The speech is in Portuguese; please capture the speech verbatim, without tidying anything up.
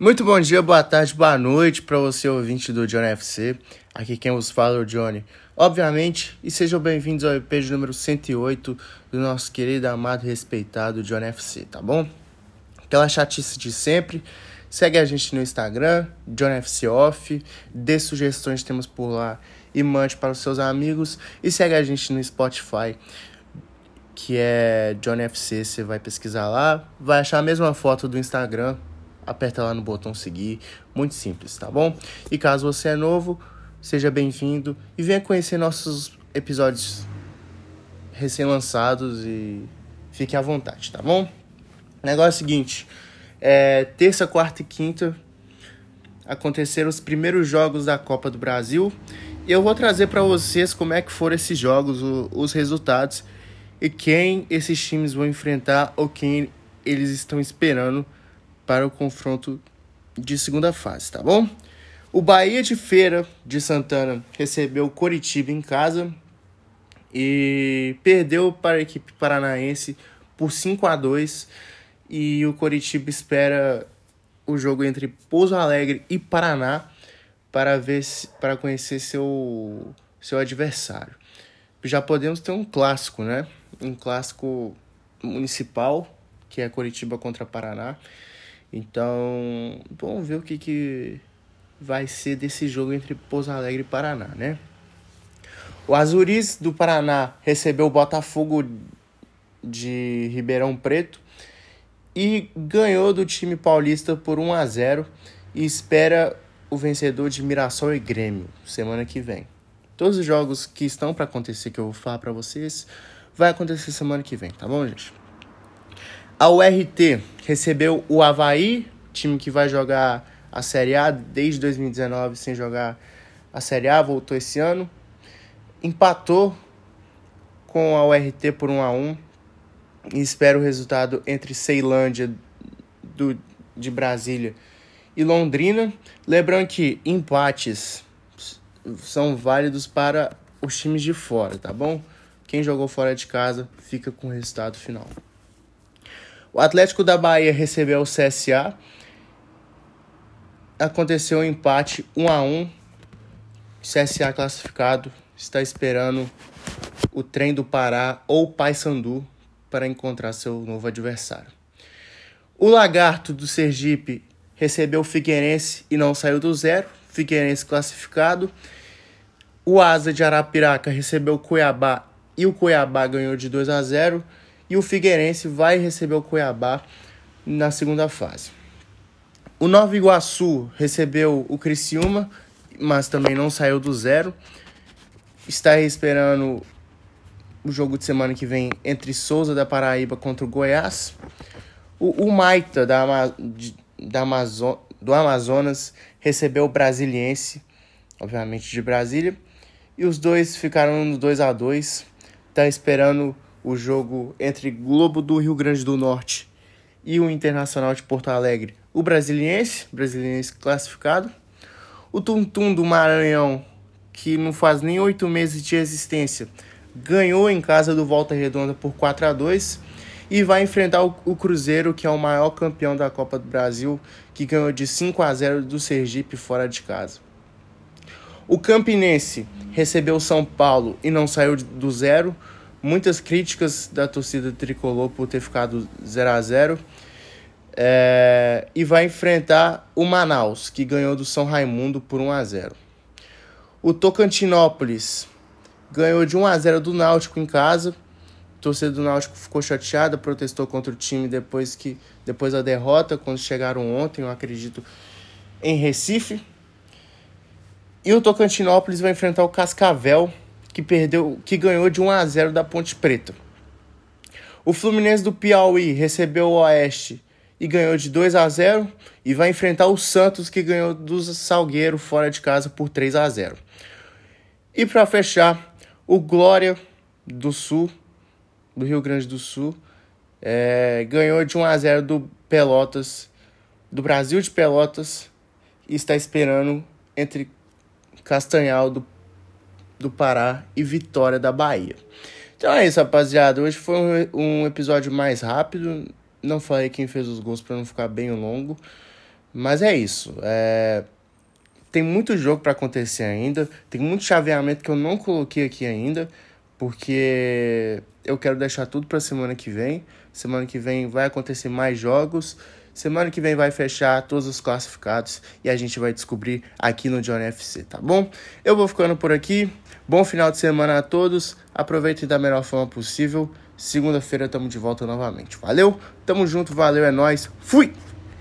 Muito bom dia, boa tarde, boa noite para você, ouvinte do Johnny F C. Aqui quem vos fala é o Johnny, obviamente, e sejam bem-vindos ao E P número cento e oito do nosso querido, amado e respeitado Johnny F C, tá bom? Aquela chatice de sempre, segue a gente no Instagram, Johnny F C Off, dê sugestões que temos por lá e mande para os seus amigos, e segue a gente no Spotify, que é Johnny F C, você vai pesquisar lá, vai achar a mesma foto do Instagram, aperta lá no botão seguir, muito simples, tá bom? E caso você é novo, seja bem-vindo e venha conhecer nossos episódios recém-lançados e fique à vontade, tá bom? O negócio é o seguinte, é, terça, quarta e quinta aconteceram os primeiros jogos da Copa do Brasil e eu vou trazer para vocês como é que foram esses jogos, o, os resultados e quem esses times vão enfrentar ou quem eles estão esperando para o confronto de segunda fase, tá bom? O Bahia de Feira de Santana recebeu o Coritiba em casa e perdeu para a equipe paranaense por cinco a dois e o Coritiba espera o jogo entre Pouso Alegre e Paraná para ver se, para conhecer seu, seu adversário. Já podemos ter um clássico, né? Um clássico municipal, que é Coritiba contra Paraná. Então, vamos ver o que, que vai ser desse jogo entre Pouso Alegre e Paraná, né? O Azuris do Paraná recebeu o Botafogo de Ribeirão Preto e ganhou do time paulista por um a zero e espera o vencedor de Mirassol e Grêmio semana que vem. Todos os jogos que estão para acontecer, que eu vou falar para vocês, vai acontecer semana que vem, tá bom, gente? A U R T recebeu o Avaí, time que vai jogar a Série A desde dois mil e dezenove sem jogar a Série A, voltou esse ano. Empatou com a U R T por um a um e espera o resultado entre Ceilândia do, de Brasília e Londrina. Lembrando que empates são válidos para os times de fora, tá bom? Quem jogou fora de casa fica com o resultado final. O Atlético da Bahia recebeu o C S A. Aconteceu um empate um a um. C S A classificado está esperando o Trem do Pará ou o Paysandu para encontrar seu novo adversário. O Lagarto do Sergipe recebeu o Figueirense e não saiu do zero. Figueirense classificado. O Asa de Arapiraca recebeu o Cuiabá e o Cuiabá ganhou de dois a zero. E o Figueirense vai receber o Cuiabá na segunda fase. O Nova Iguaçu recebeu o Criciúma, mas também não saiu do zero. Está esperando o jogo de semana que vem entre Souza da Paraíba contra o Goiás. O, o Maita da, Ama, de, da Amazo, do Amazonas recebeu o Brasiliense, obviamente de Brasília. E os dois ficaram no dois a dois. Está esperando o jogo entre Globo do Rio Grande do Norte e o Internacional de Porto Alegre. O Brasiliense, Brasiliense classificado. O Tum Tum do Maranhão, que não faz nem oito meses de existência, ganhou em casa do Volta Redonda por quatro a dois e vai enfrentar o, o Cruzeiro, que é o maior campeão da Copa do Brasil, que ganhou de cinco a zero do Sergipe fora de casa. O Campinense recebeu o São Paulo e não saiu do zero. Muitas críticas da torcida tricolor por ter ficado zero a zero. É, e vai enfrentar o Manaus, que ganhou do São Raimundo por um a zero. O Tocantinópolis ganhou de um a zero do Náutico em casa. A torcida do Náutico ficou chateada, protestou contra o time depois, que, depois da derrota, quando chegaram ontem, eu acredito, em Recife. E o Tocantinópolis vai enfrentar o Cascavel, que perdeu, que ganhou de um a zero da Ponte Preta. O Fluminense do Piauí recebeu o Oeste e ganhou de dois a zero e vai enfrentar o Santos, que ganhou do Salgueiro fora de casa por três a zero. E para fechar, o Glória do Sul, do Rio Grande do Sul, é, ganhou de um a zero do Pelotas, do Brasil de Pelotas, e está esperando entre Castanhal do do Pará e Vitória da Bahia. Então é isso, rapaziada. Hoje foi um, um episódio mais rápido. Não falei quem fez os gols para não ficar bem longo. Mas é isso. É... Tem muito jogo para acontecer ainda. Tem muito chaveamento que eu não coloquei aqui ainda. Porque eu quero deixar tudo para semana que vem. Semana que vem vai acontecer mais jogos. Semana que vem vai fechar todos os classificados. E a gente vai descobrir aqui no Johnny F C, tá bom? Eu vou ficando por aqui. Bom final de semana a todos. Aproveitem da melhor forma possível. Segunda-feira estamos de volta novamente. Valeu? Tamo junto, valeu, é nóis. Fui!